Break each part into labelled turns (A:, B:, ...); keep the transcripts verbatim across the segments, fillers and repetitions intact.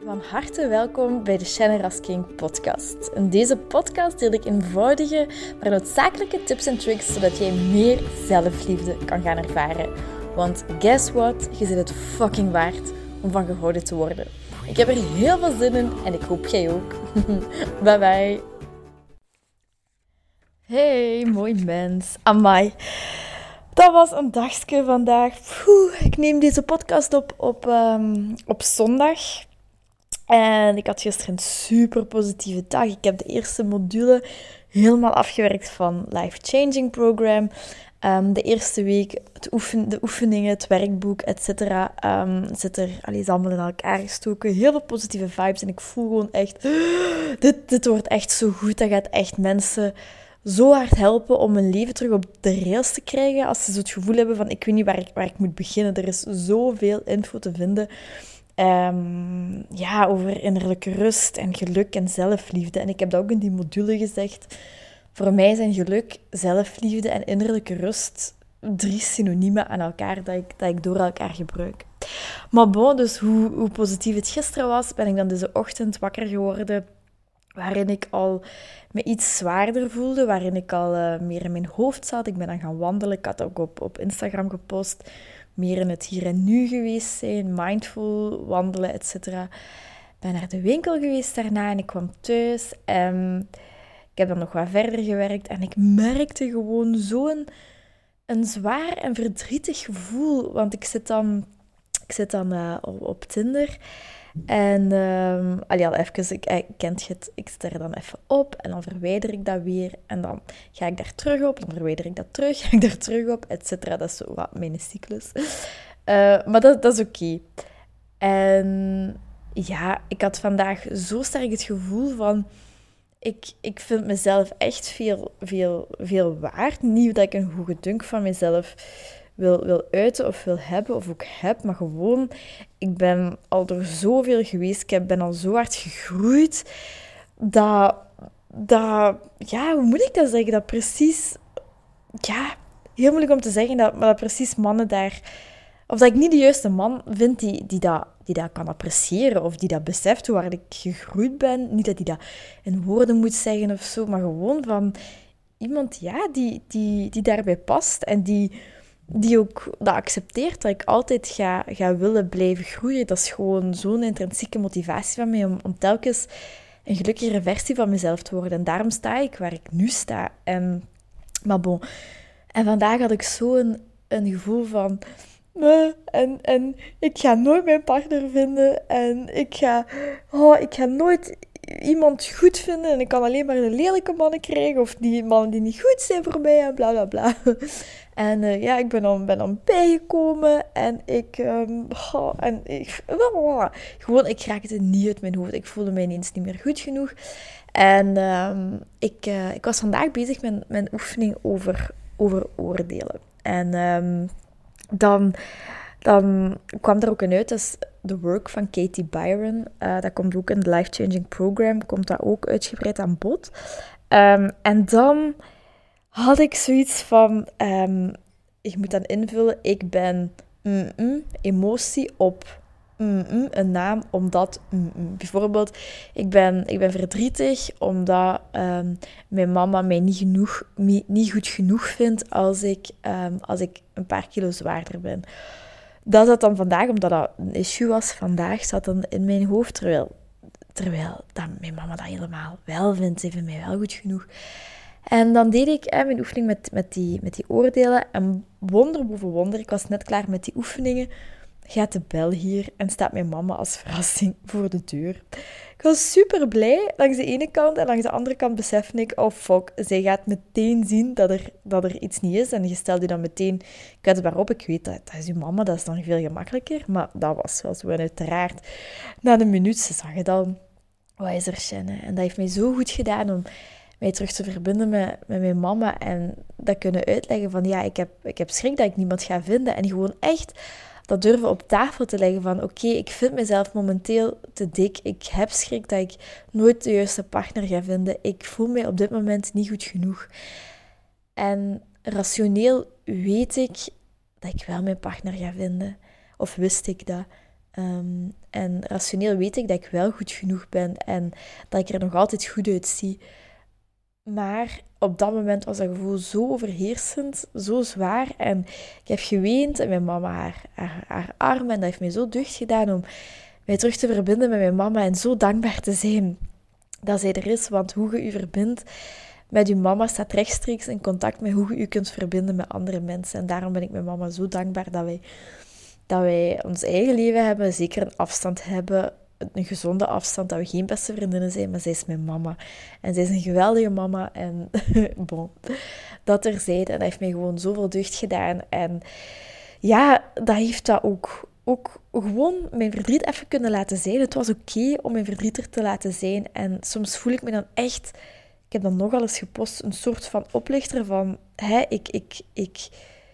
A: Van harte welkom bij de Shine as King podcast. In deze podcast deel ik eenvoudige, maar noodzakelijke tips en tricks zodat jij meer zelfliefde kan gaan ervaren. Want guess what? Je zit het fucking waard om van gehouden te worden. Ik heb er heel veel zin in en ik hoop jij ook. Bye bye. Hey, mooi mens. Amai. Dat was een dagje vandaag. Poeh, ik neem deze podcast op op, um, op zondag. En ik had gisteren een super positieve dag. Ik heb de eerste module helemaal afgewerkt van Life Changing Program. Um, de eerste week, het oefen, de oefeningen, het werkboek, et cetera. Um, zit er allee, is allemaal in elkaar gestoken. Heel veel positieve vibes. En ik voel gewoon echt, dit, dit wordt echt zo goed. Dat gaat echt mensen zo hard helpen om hun leven terug op de rails te krijgen. Als ze zo het gevoel hebben van, ik weet niet waar ik, waar ik moet beginnen. Er is zoveel info te vinden. Um, ja, over innerlijke rust en geluk en zelfliefde. En ik heb dat ook in die module gezegd. Voor mij zijn geluk, zelfliefde en innerlijke rust drie synoniemen aan elkaar dat ik, dat ik door elkaar gebruik. Maar bon, dus hoe, hoe positief het gisteren was, ben ik dan deze ochtend wakker geworden, waarin ik al me iets zwaarder voelde, waarin ik al uh, meer in mijn hoofd zat. Ik ben dan gaan wandelen. Ik had ook op, op Instagram gepost. Meer in het hier en nu geweest zijn, mindful, wandelen, et cetera. Ik ben naar de winkel geweest daarna en ik kwam thuis. En ik heb dan nog wat verder gewerkt en ik merkte gewoon zo'n een zwaar en verdrietig gevoel. Want ik zit dan, ik zit dan uh, op, op Tinder. En um, allee, al even, ik, ik kent je het, ik zit er dan even op en dan verwijder ik dat weer. En dan ga ik daar terug op, dan verwijder ik dat terug, ga ik daar terug op, et cetera. Dat is zo wat mijn cyclus. Uh, maar dat, dat is oké. Okay. En ja, ik had vandaag zo sterk het gevoel van, ik, ik vind mezelf echt veel, veel, veel waard. Niet dat ik een goede dunk van mezelf wil, wil uiten of wil hebben of ook heb, maar gewoon, ik ben al door zoveel geweest, ik ben al zo hard gegroeid, dat, dat, ja, hoe moet ik dat zeggen, dat precies, ja, heel moeilijk om te zeggen, dat, maar dat precies mannen daar, of dat ik niet de juiste man vind die, die, dat, die dat kan appreciëren, of die dat beseft hoe hard ik gegroeid ben, niet dat die dat in woorden moet zeggen of zo, maar gewoon van iemand, ja, die, die, die daarbij past en die die ook dat accepteert, dat ik altijd ga, ga willen blijven groeien. Dat is gewoon zo'n intrinsieke motivatie van mij om, om telkens een gelukkigere versie van mezelf te worden. En daarom sta ik waar ik nu sta. En, maar bon. En vandaag had ik zo een, een gevoel van, nee, en, en ik ga nooit mijn partner vinden. En ik ga, oh, ik ga nooit iemand goed vinden. En ik kan alleen maar de lelijke mannen krijgen. Of die mannen die niet goed zijn voor mij. En bla bla bla. En uh, ja, ik ben dan, ben dan bijgekomen en ik, um, oh, en ik, oh, gewoon, ik raakte niet uit mijn hoofd. Ik voelde mij ineens niet meer goed genoeg. En um, ik, uh, ik was vandaag bezig met mijn oefening over, over oordelen. En um, dan, dan kwam er ook een uit, dat is The Work van Katie Byron. Uh, dat komt ook in het Life Changing Program, komt dat ook uitgebreid aan bod. Um, en dan had ik zoiets van, um, ik moet dan invullen, ik ben mm-mm, emotie op mm-mm, een naam omdat mm-mm. Bijvoorbeeld, ik ben, ik ben verdrietig omdat um, mijn mama mij niet, genoeg, niet goed genoeg vindt als ik, um, als ik een paar kilo zwaarder ben. Dat zat dan vandaag, omdat dat een issue was, vandaag zat dan in mijn hoofd, terwijl, terwijl dat mijn mama dat helemaal wel vindt. Ze vindt mij wel goed genoeg. En dan deed ik eh, mijn oefening met, met, die, met die oordelen. En wonder boven wonder, ik was net klaar met die oefeningen, gaat de bel hier en staat mijn mama als verrassing voor de deur. Ik was super blij langs de ene kant en langs de andere kant besefte ik, oh fuck, zij gaat meteen zien dat er, dat er iets niet is. En je stelt je dan meteen kwetsbaar op. Ik weet, dat, dat is uw mama, dat is dan veel gemakkelijker. Maar dat was wel zo. En uiteraard, na een minuut, ze zag het al, wat is er, Shanne? En dat heeft mij zo goed gedaan om mij terug te verbinden met, met mijn mama en dat kunnen uitleggen van, ja, ik heb, ik heb schrik dat ik niemand ga vinden. En gewoon echt dat durven op tafel te leggen van, oké, okay, ik vind mezelf momenteel te dik. Ik heb schrik dat ik nooit de juiste partner ga vinden. Ik voel mij op dit moment niet goed genoeg. En rationeel weet ik dat ik wel mijn partner ga vinden. Of wist ik dat. Um, en rationeel weet ik dat ik wel goed genoeg ben en dat ik er nog altijd goed uitzie. Maar op dat moment was dat gevoel zo overheersend, zo zwaar. En ik heb geweend en mijn mama haar, haar, haar arm. En dat heeft mij zo deugd gedaan om mij terug te verbinden met mijn mama. En zo dankbaar te zijn dat zij er is. Want hoe je je verbindt met je mama staat rechtstreeks in contact met hoe je je kunt verbinden met andere mensen. En daarom ben ik mijn mama zo dankbaar dat wij, dat wij ons eigen leven hebben. Zeker een afstand hebben. Een gezonde afstand, dat we geen beste vriendinnen zijn, maar zij is mijn mama. En zij is een geweldige mama. En bon, dat terzijde. En dat heeft mij gewoon zoveel deugd gedaan. En ja, dat heeft dat ook, ook gewoon mijn verdriet even kunnen laten zijn. Het was oké okay om mijn verdriet er te laten zijn. En soms voel ik me dan echt... Ik heb dan nogal eens gepost, een soort van oplichter van... Hè, ik... ik, ik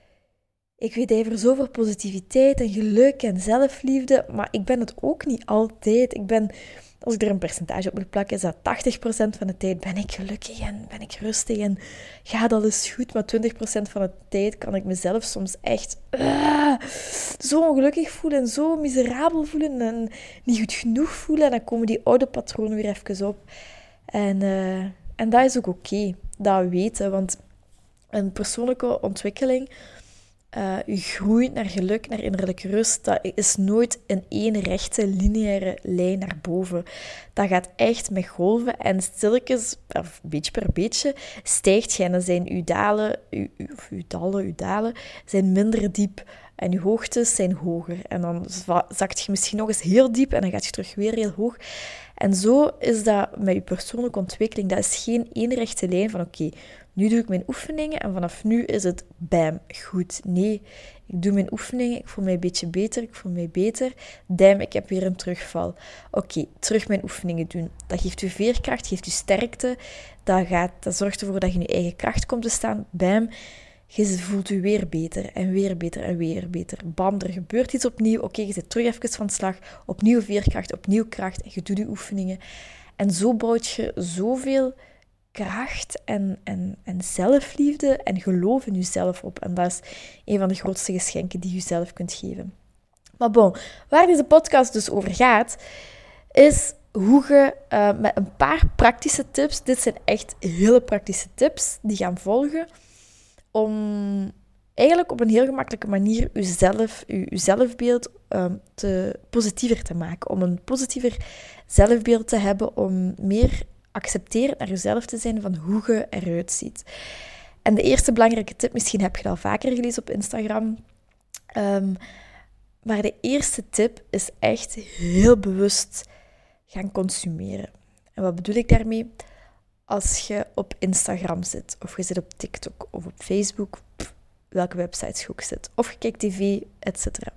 A: Ik weet even zoveel positiviteit en geluk en zelfliefde, maar ik ben het ook niet altijd. Ik ben, als ik er een percentage op moet plakken, is dat tachtig procent van de tijd ben ik gelukkig en ben ik rustig en gaat alles goed. Maar twintig procent van de tijd kan ik mezelf soms echt uh, zo ongelukkig voelen en zo miserabel voelen en niet goed genoeg voelen. En dan komen die oude patronen weer even op. En, uh, en dat is ook oké, okay, dat weten, want een persoonlijke ontwikkeling... Uh, je groeit naar geluk, naar innerlijke rust, dat is nooit in één rechte, lineaire lijn naar boven. Dat gaat echt met golven en stilletjes, of beetje per beetje, stijgt je en dan zijn uw dalen, uw, of uw dalen, uw dalen, zijn minder diep en uw hoogtes zijn hoger. En dan zakt je misschien nog eens heel diep en dan gaat je terug weer heel hoog. En zo is dat met je persoonlijke ontwikkeling. Dat is geen één rechte lijn van oké, okay, nu doe ik mijn oefeningen en vanaf nu is het bam, goed. Nee, ik doe mijn oefeningen, ik voel mij een beetje beter, ik voel mij beter. Damn, ik heb weer een terugval. Oké, okay, terug mijn oefeningen doen. Dat geeft u veerkracht, geeft u sterkte. Dat, gaat, dat zorgt ervoor dat je in je eigen kracht komt te staan. Bam, je voelt je weer beter en weer beter en weer beter. Bam, er gebeurt iets opnieuw. Oké, okay, je zit terug even van slag. Opnieuw veerkracht, opnieuw kracht en je doet je oefeningen. En zo bouwt je zoveel... kracht en, en, en zelfliefde en geloof in jezelf op. En dat is een van de grootste geschenken die je zelf kunt geven. Maar bon, waar deze podcast dus over gaat, is hoe je uh, met een paar praktische tips, dit zijn echt hele praktische tips, die gaan volgen, om eigenlijk op een heel gemakkelijke manier jezelf, je, je zelfbeeld um, te, positiever te maken. Om een positiever zelfbeeld te hebben, om meer accepterend naar jezelf te zijn van hoe je eruit ziet. En de eerste belangrijke tip, misschien heb je dat al vaker gelezen op Instagram, um, maar de eerste tip is echt heel bewust gaan consumeren. En wat bedoel ik daarmee? Als je op Instagram zit, of je zit op TikTok, of op Facebook, pff, welke websites je ook zit, of je kijkt tv, et cetera.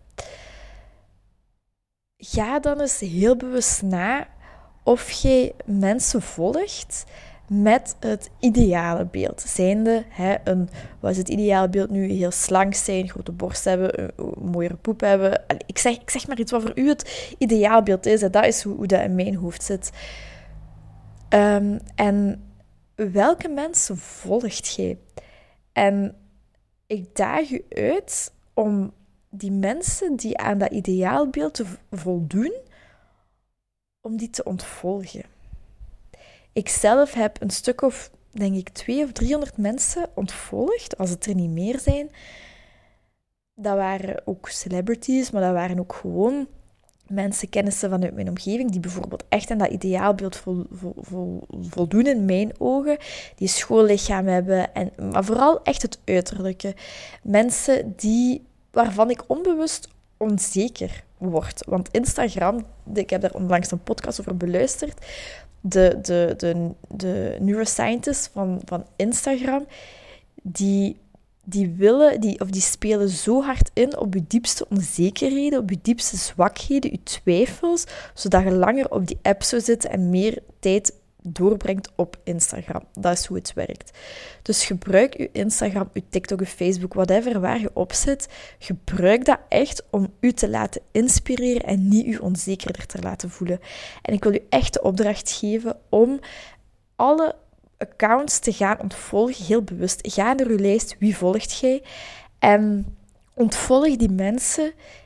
A: Ga dan eens heel bewust na of jij mensen volgt met het ideale beeld. Zijnde, hè, een, wat is het ideale beeld nu? Heel slank zijn, grote borst hebben, een, een mooiere poep hebben. Ik zeg, ik zeg maar iets wat voor u het ideaalbeeld is. En dat is hoe, hoe dat in mijn hoofd zit. Um, en welke mensen volgt jij? En ik daag u uit om die mensen die aan dat ideaalbeeld te voldoen, om die te ontvolgen. Ik zelf heb een stuk of, denk ik, twee of driehonderd mensen ontvolgd, als het er niet meer zijn. Dat waren ook celebrities, maar dat waren ook gewoon mensen, kennissen vanuit mijn omgeving, die bijvoorbeeld echt aan dat ideaalbeeld vol, vol, vol, voldoen in mijn ogen, die een schoollichaam hebben, en, maar vooral echt het uiterlijke. Mensen die, waarvan ik onbewust onzeker word. Want Instagram, ik heb daar onlangs een podcast over beluisterd, de, de, de, de neuroscientists van, van Instagram, die, die willen, die, of die spelen zo hard in op je diepste onzekerheden, op je diepste zwakheden, je twijfels, zodat je langer op die app zou zitten en meer tijd doorbrengt op Instagram. Dat is hoe het werkt. Dus gebruik je Instagram, je TikTok, je Facebook, whatever, waar je op zit. Gebruik dat echt om u te laten inspireren en niet u onzekerder te laten voelen. En ik wil u echt de opdracht geven om alle accounts te gaan ontvolgen, heel bewust. Ga naar uw lijst, wie volgt jij? En ontvolg die mensen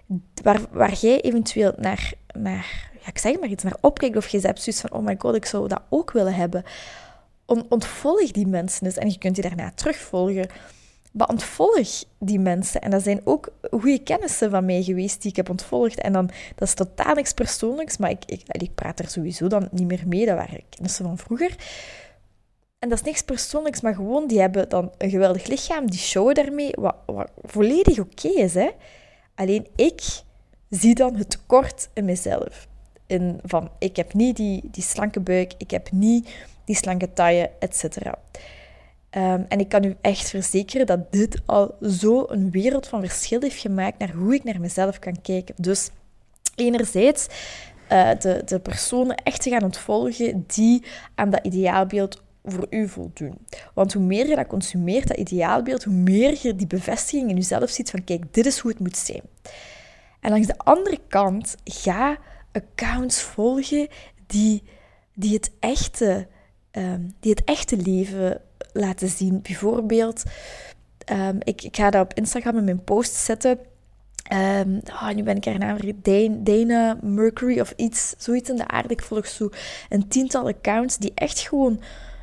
A: waar, waar jij eventueel naar, naar, ja, ik zeg maar iets, naar opkijkt, of je hebt zoiets van, oh my god, ik zou dat ook willen hebben. On, ontvolg die mensen eens en je kunt die daarna terugvolgen. Maar ontvolg die mensen. En dat zijn ook goede kennissen van mij geweest die ik heb ontvolgd. En dan, dat is totaal niks persoonlijks, maar ik, ik, ik praat er sowieso dan niet meer mee. Dat waren kennissen van vroeger. En dat is niks persoonlijks, maar gewoon, die hebben dan een geweldig lichaam. Die showen daarmee, wat, wat volledig oké is, hè. Alleen ik zie dan het tekort in mezelf. In van, ik heb niet die, die slanke buik, ik heb niet die slanke taille, et cetera. Um, en ik kan u echt verzekeren dat dit al zo een wereld van verschil heeft gemaakt naar hoe ik naar mezelf kan kijken. Dus enerzijds uh, de, de personen echt te gaan ontvolgen die aan dat ideaalbeeld voor u voldoen. Want hoe meer je dat consumeert, dat ideaalbeeld, hoe meer je die bevestiging in jezelf ziet van kijk, dit is hoe het moet zijn. En langs de andere kant, ga accounts volgen die, die, het, echte, um, die het echte leven laten zien. Bijvoorbeeld, um, ik, ik ga dat op Instagram in mijn post zetten. Um, oh, nu ben ik haar naam vergeten. Dana Mercury of iets, zoiets in de aarde. Ik volg zo een tiental accounts die echt gewoon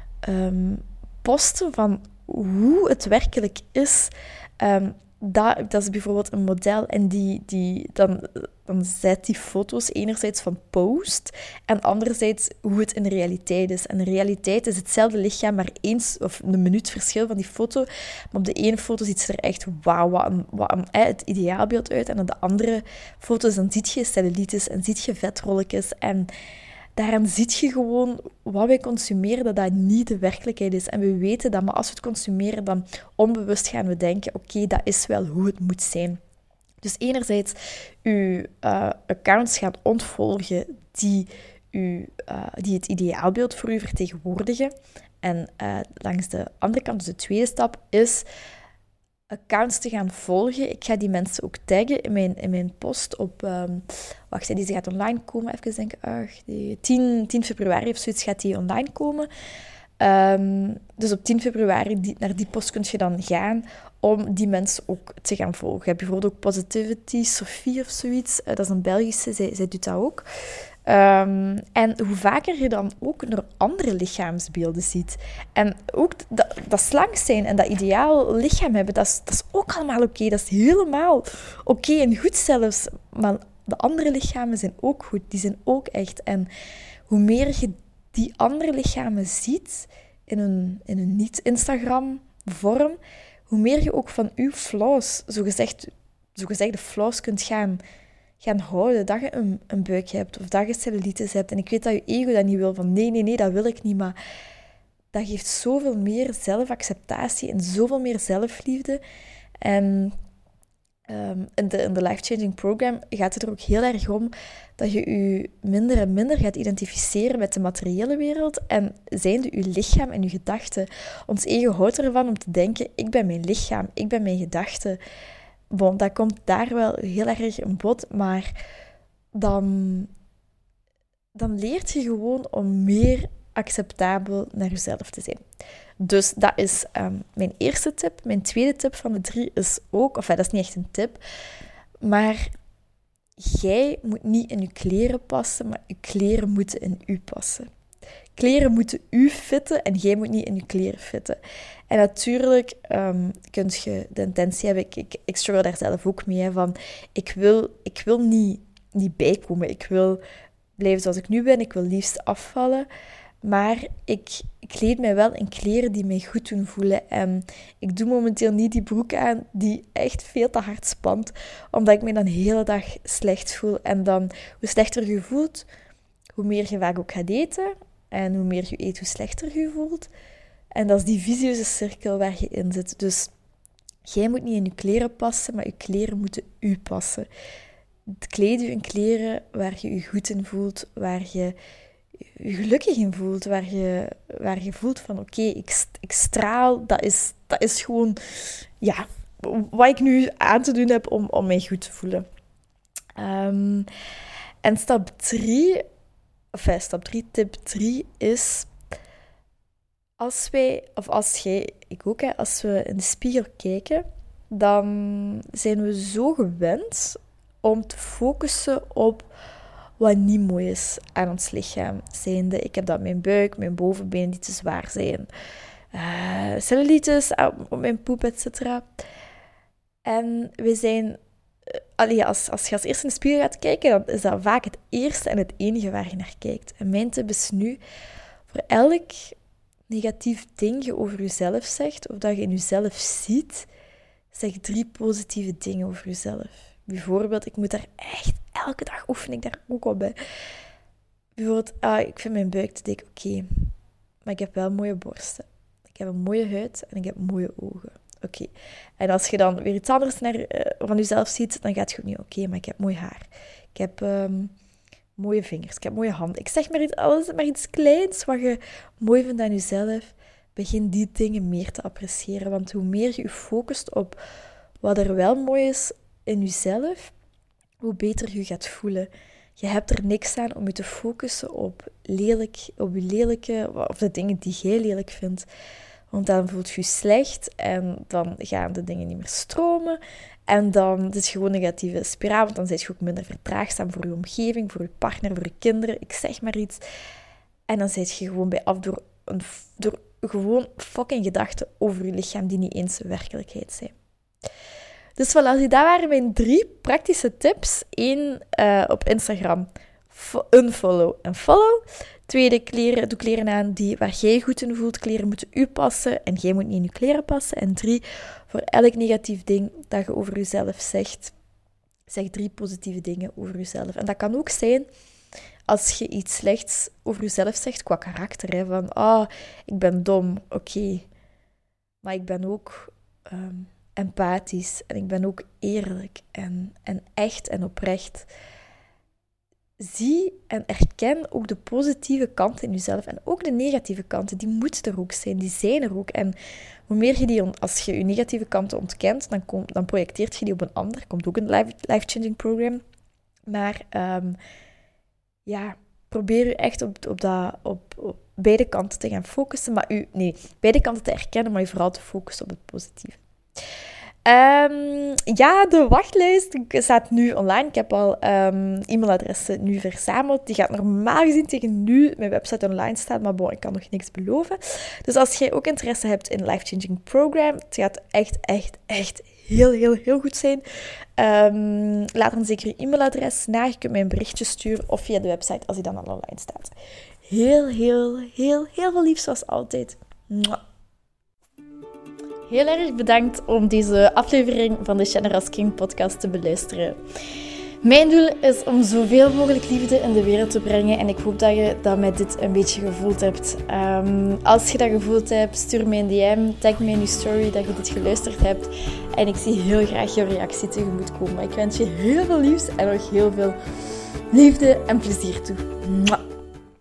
A: um, posten van hoe het werkelijk is. Um, dat, dat is bijvoorbeeld een model en die, die dan, dan zet die foto's enerzijds van post en anderzijds hoe het in de realiteit is. En de realiteit is hetzelfde lichaam, maar eens of een minuut verschil van die foto. Maar op de ene foto ziet ze er echt wauw, wat een, wat een, eh, het ideaalbeeld uit. En op de andere foto's dan ziet je cellulitis en ziet je vetrolletjes. En daaraan ziet je gewoon wat wij consumeren, dat dat niet de werkelijkheid is. En we weten dat, maar als we het consumeren, dan onbewust gaan we denken, oké, okay, dat is wel hoe het moet zijn. Dus enerzijds, uw uh, accounts gaan ontvolgen die, u, uh, die het ideaalbeeld voor u vertegenwoordigen. En uh, langs de andere kant, dus de tweede stap, is accounts te gaan volgen. Ik ga die mensen ook taggen in mijn, in mijn post op... Um, wacht, die gaat online komen. Even denken. Ach, die tien, tien februari of zoiets gaat die online komen. Um, dus op tien februari, die, naar die post kun je dan gaan om die mensen ook te gaan volgen. Je hebt bijvoorbeeld ook Positivity, Sophie of zoiets. Uh, dat is een Belgische, zij, zij doet dat ook. Um, en hoe vaker je dan ook naar andere lichaamsbeelden ziet. En ook dat, dat slank zijn en dat ideaal lichaam hebben, dat is, dat is ook allemaal oké. Okay. Dat is helemaal oké okay en goed zelfs. Maar de andere lichamen zijn ook goed. Die zijn ook echt. En hoe meer je die andere lichamen ziet in een, in een niet-Instagram-vorm, hoe meer je ook van je flaws, zogezegd, zogezegde flaws kunt gaan... gaan houden, dat je een, een buik hebt of dat je cellulitis hebt. En ik weet dat je ego dat niet wil, van nee, nee, nee, dat wil ik niet, maar dat geeft zoveel meer zelfacceptatie en zoveel meer zelfliefde. En um, in de, in de Life Changing Program gaat het er ook heel erg om dat je je minder en minder gaat identificeren met de materiële wereld en zijnde je lichaam en je gedachten. Ons ego houdt ervan om te denken, ik ben mijn lichaam, ik ben mijn gedachten. Bon, dat komt daar wel heel erg in bod, maar dan, dan leert je gewoon om meer acceptabel naar jezelf te zijn. Dus dat is um, mijn eerste tip. Mijn tweede tip van de drie is ook, of dat is niet echt een tip, maar jij moet niet in je kleren passen, maar je kleren moeten in u passen. Kleren moeten u fitten en jij moet niet in je kleren fitten. En natuurlijk um, kun je de intentie hebben, ik, ik, ik struggle daar zelf ook mee, hè, van ik wil, ik wil niet, niet bijkomen. Ik wil blijven zoals ik nu ben, ik wil liefst afvallen. Maar ik, ik kleed mij wel in kleren die mij goed doen voelen. En ik doe momenteel niet die broek aan die echt veel te hard spant, omdat ik me dan de hele dag slecht voel. En dan, hoe slechter je voelt, hoe meer je vaak ook gaat eten. En hoe meer je eet, hoe slechter je voelt. En dat is die vicieuze cirkel waar je in zit. Dus jij moet niet in je kleren passen, maar je kleren moeten u passen. Kleed je in kleren waar je je goed in voelt, waar je je gelukkig in voelt, waar je, waar je voelt van oké, okay, ik, ik straal, dat is, dat is gewoon ja, wat ik nu aan te doen heb om, om mij goed te voelen. Um, en stap drie... Enfin, stap drie, tip drie is, als wij, of als jij, ik ook, hè, als we in de spiegel kijken, dan zijn we zo gewend om te focussen op wat niet mooi is aan ons lichaam. Zijnde, ik heb dat mijn buik, mijn bovenbenen die te zwaar zijn. Uh, cellulitis op mijn poep, et cetera. En we zijn... Uh, allee, als, als je als eerste in de spiegel gaat kijken, dan is dat vaak het eerste en het enige waar je naar kijkt. En mijn tip is nu, voor elk negatief ding je over jezelf zegt, of dat je in jezelf ziet, zeg drie positieve dingen over jezelf. Bijvoorbeeld, ik moet daar echt elke dag oefen ik daar ook op. Hè. Bijvoorbeeld, ah, ik vind mijn buik te dik, oké. Okay. Maar ik heb wel mooie borsten. Ik heb een mooie huid en ik heb mooie ogen. Oké. Okay. En als je dan weer iets anders naar, uh, van jezelf ziet, dan gaat het goed niet. Oké, okay, maar ik heb mooi haar. Ik heb um, mooie vingers. Ik heb mooie handen. Ik zeg maar iets, alles, maar iets kleins wat je mooi vindt aan jezelf. Begin die dingen meer te appreciëren. Want hoe meer je je focust op wat er wel mooi is in jezelf, hoe beter je gaat voelen. Je hebt er niks aan om je te focussen op lelijk, op je lelijke, of de dingen die jij lelijk vindt. Want dan voelt je je slecht en dan gaan de dingen niet meer stromen. En dan is het gewoon een negatieve spiraal, want dan ben je ook minder vertraagzaam voor je omgeving, voor je partner, voor je kinderen, ik zeg maar iets. En dan zit je gewoon bij af door, een, door gewoon fucking gedachten over je lichaam die niet eens werkelijkheid zijn. Dus voilà, dat waren mijn drie praktische tips. Eén, uh, op Instagram, unfollow en follow. Tweede, kleren, doe kleren aan die, waar jij goed in voelt. Kleren moeten u passen en jij moet niet in je kleren passen. En drie, voor elk negatief ding dat je over jezelf zegt, zeg drie positieve dingen over jezelf. En dat kan ook zijn als je iets slechts over jezelf zegt qua karakter. Hè, van, ah, oh, ik ben dom, oké. Okay. Maar ik ben ook... Um, empathisch en ik ben ook eerlijk en, en echt en oprecht. Zie en erken ook de positieve kanten in jezelf en ook de negatieve kanten, die moeten er ook zijn, die zijn er ook. En hoe meer je die, als je je negatieve kanten ontkent, dan, kom, dan projecteert je die op een ander. Komt ook een life, life-changing program. Maar um, ja, probeer je echt op, op, dat, op, op beide kanten te gaan focussen, maar u, nee, beide kanten te erkennen, maar je vooral te focussen op het positieve. Um, ja, de wachtlijst staat nu online. Ik heb al um, e-mailadressen nu verzameld. Die gaat normaal gezien tegen nu mijn website online staan, maar bon, ik kan nog niks beloven. Dus als jij ook interesse hebt in Life Changing Program, het gaat echt, echt, echt heel, heel, heel goed zijn. Um, laat dan zeker je e-mailadres na. Je kunt mij een berichtje sturen of via de website als die dan al online staat. Heel, heel, heel, heel veel lief zoals altijd. Mwah. Heel erg bedankt om deze aflevering van de Generous King podcast te beluisteren. Mijn doel is om zoveel mogelijk liefde in de wereld te brengen en ik hoop dat je dat met dit een beetje gevoeld hebt. Um, als je dat gevoeld hebt, stuur mij een D M, tag me in je story dat je dit geluisterd hebt en ik zie heel graag jouw reactie tegemoetkomen. Ik wens je heel veel liefs en nog heel veel liefde en plezier toe. Mwah.